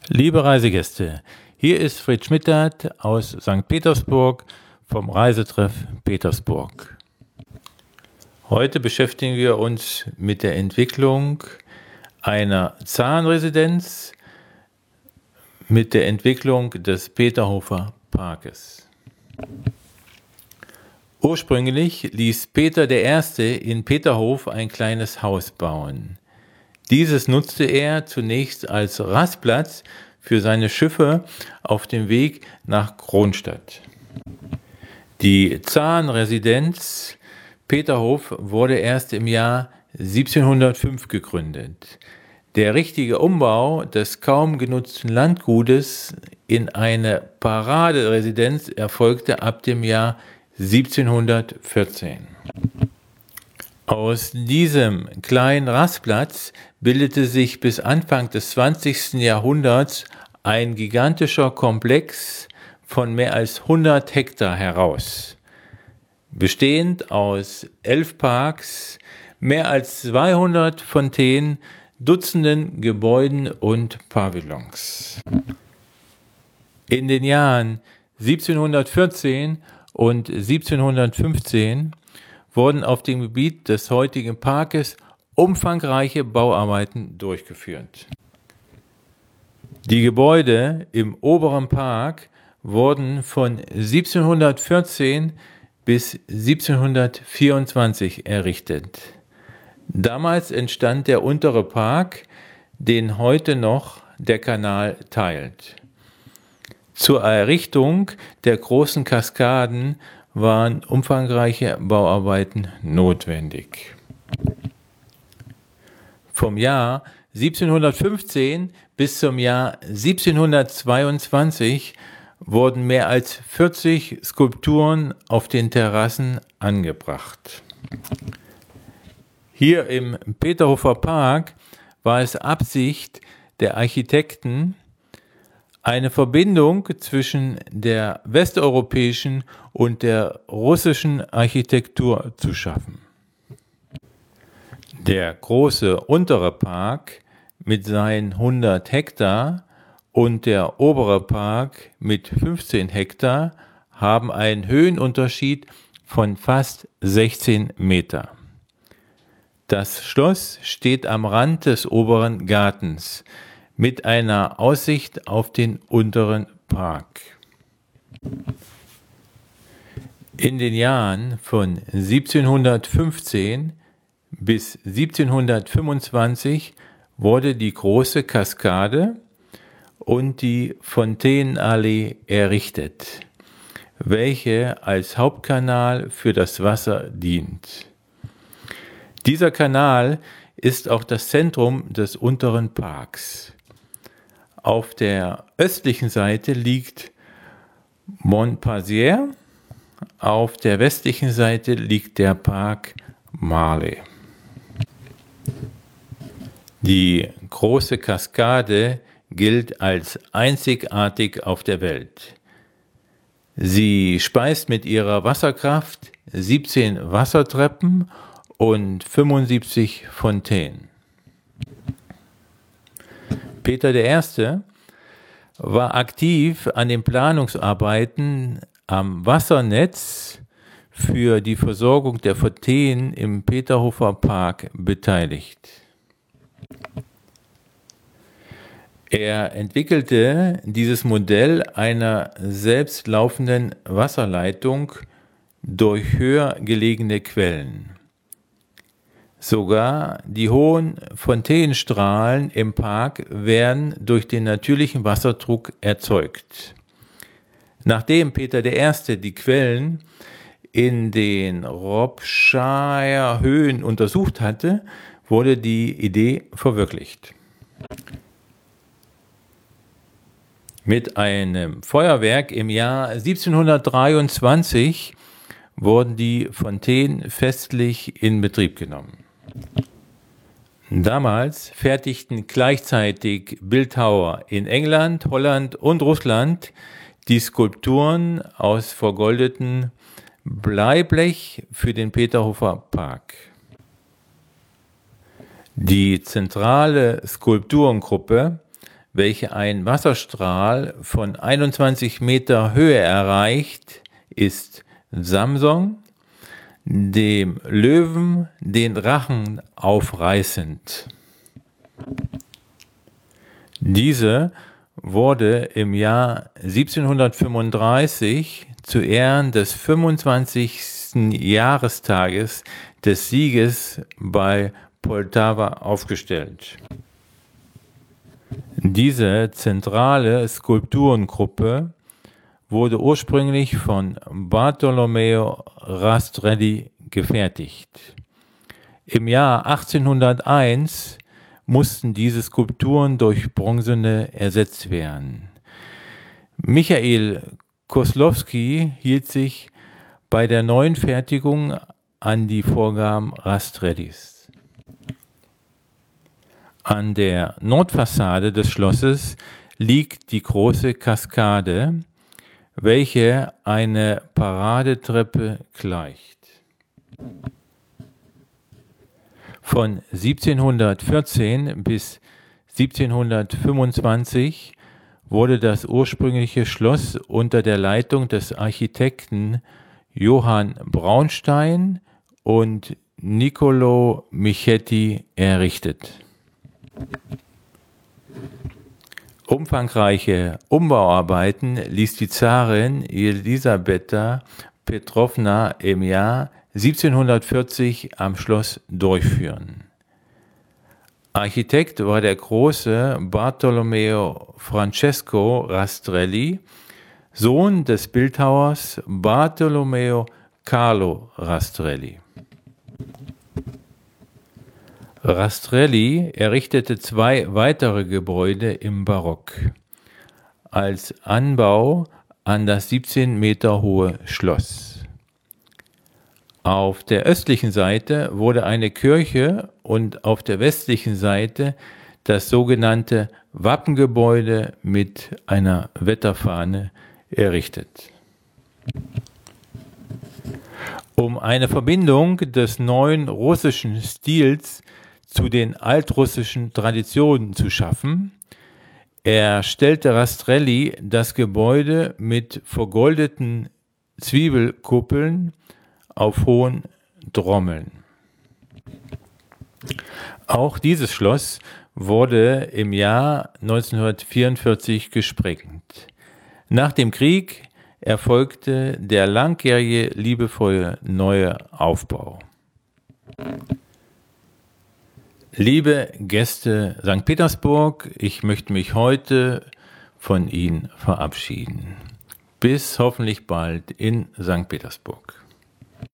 Liebe Reisegäste, hier ist Fritz Schmittert aus St. Petersburg vom Reisetreff Petersburg. Heute beschäftigen wir uns mit der Entwicklung einer Zahnresidenz, mit der Entwicklung des Peterhofer Parkes. Ursprünglich ließ Peter I. in Peterhof ein kleines Haus bauen. Dieses nutzte er zunächst als Rastplatz für seine Schiffe auf dem Weg nach Kronstadt. Die Zahnresidenz Peterhof wurde erst im Jahr 1705 gegründet. Der richtige Umbau des kaum genutzten Landgutes in eine Paraderesidenz erfolgte ab dem Jahr 1714. Aus diesem kleinen Rastplatz bildete sich bis Anfang des 20. Jahrhunderts ein gigantischer Komplex von mehr als 100 Hektar heraus, bestehend aus 11 Parks, mehr als 200 Fontänen, Dutzenden Gebäuden und Pavillons. In den Jahren 1714 und 1715 wurden auf dem Gebiet des heutigen Parkes umfangreiche Bauarbeiten durchgeführt. Die Gebäude im oberen Park wurden von 1714 bis 1724 errichtet. Damals entstand der untere Park, den heute noch der Kanal teilt. Zur Errichtung der großen Kaskaden waren umfangreiche Bauarbeiten notwendig. Vom Jahr 1715 bis zum Jahr 1722 wurden mehr als 40 Skulpturen auf den Terrassen angebracht. Hier im Peterhofer Park war es Absicht der Architekten, eine Verbindung zwischen der westeuropäischen und der russischen Architektur zu schaffen. Der große untere Park mit seinen 100 Hektar und der obere Park mit 15 Hektar haben einen Höhenunterschied von fast 16 Meter. Das Schloss steht am Rand des oberen Gartens mit einer Aussicht auf den unteren Park. In den Jahren von 1715 bis 1725 wurde die große Kaskade und die Fontänenallee errichtet, welche als Hauptkanal für das Wasser dient. Dieser Kanal ist auch das Zentrum des unteren Parks. Auf der östlichen Seite liegt Montpensier, auf der westlichen Seite liegt der Park Marly. Die große Kaskade gilt als einzigartig auf der Welt. Sie speist mit ihrer Wasserkraft 17 Wassertreppen und 75 Fontänen. Peter I. war aktiv an den Planungsarbeiten am Wassernetz für die Versorgung der Fontänen im Peterhofer Park beteiligt. Er entwickelte dieses Modell einer selbstlaufenden Wasserleitung durch höher gelegene Quellen. Sogar die hohen Fontänenstrahlen im Park werden durch den natürlichen Wasserdruck erzeugt. Nachdem Peter I. die Quellen in den Shropshire Höhen untersucht hatte, wurde die Idee verwirklicht. Mit einem Feuerwerk im Jahr 1723 wurden die Fontänen festlich in Betrieb genommen. Damals fertigten gleichzeitig Bildhauer in England, Holland und Russland die Skulpturen aus vergoldetem Bleiblech für den Peterhofer Park. Die zentrale Skulpturengruppe welche einen Wasserstrahl von 21 Meter Höhe erreicht, ist Samson, dem Löwen den Rachen aufreißend. Diese wurde im Jahr 1735 zu Ehren des 25. Jahrestages des Sieges bei Poltawa aufgestellt. Diese zentrale Skulpturengruppe wurde ursprünglich von Bartolomeo Rastrelli gefertigt. Im Jahr 1801 mussten diese Skulpturen durch bronzene ersetzt werden. Michael Koslowski hielt sich bei der neuen Fertigung an die Vorgaben Rastrellis. An der Nordfassade des Schlosses liegt die große Kaskade, welche eine Paradetreppe gleicht. Von 1714 bis 1725 wurde das ursprüngliche Schloss unter der Leitung des Architekten Johann Braunstein und Niccolò Michetti errichtet. Umfangreiche Umbauarbeiten ließ die Zarin Elisabeta Petrowna im Jahr 1740 am Schloss durchführen. Architekt war der große Bartolomeo Francesco Rastrelli, Sohn des Bildhauers Bartolomeo Carlo Rastrelli. Rastrelli errichtete 2 weitere Gebäude im Barock als Anbau an das 17 Meter hohe Schloss. Auf der östlichen Seite wurde eine Kirche und auf der westlichen Seite das sogenannte Wappengebäude mit einer Wetterfahne errichtet. Um eine Verbindung des neuen russischen Stils zu den altrussischen Traditionen zu schaffen, erstellte Rastrelli das Gebäude mit vergoldeten Zwiebelkuppeln auf hohen Trommeln. Auch dieses Schloss wurde im Jahr 1944 gesprengt. Nach dem Krieg erfolgte der langjährige liebevolle neue Aufbau. Liebe Gäste St. Petersburg, ich möchte mich heute von Ihnen verabschieden. Bis hoffentlich bald in St. Petersburg.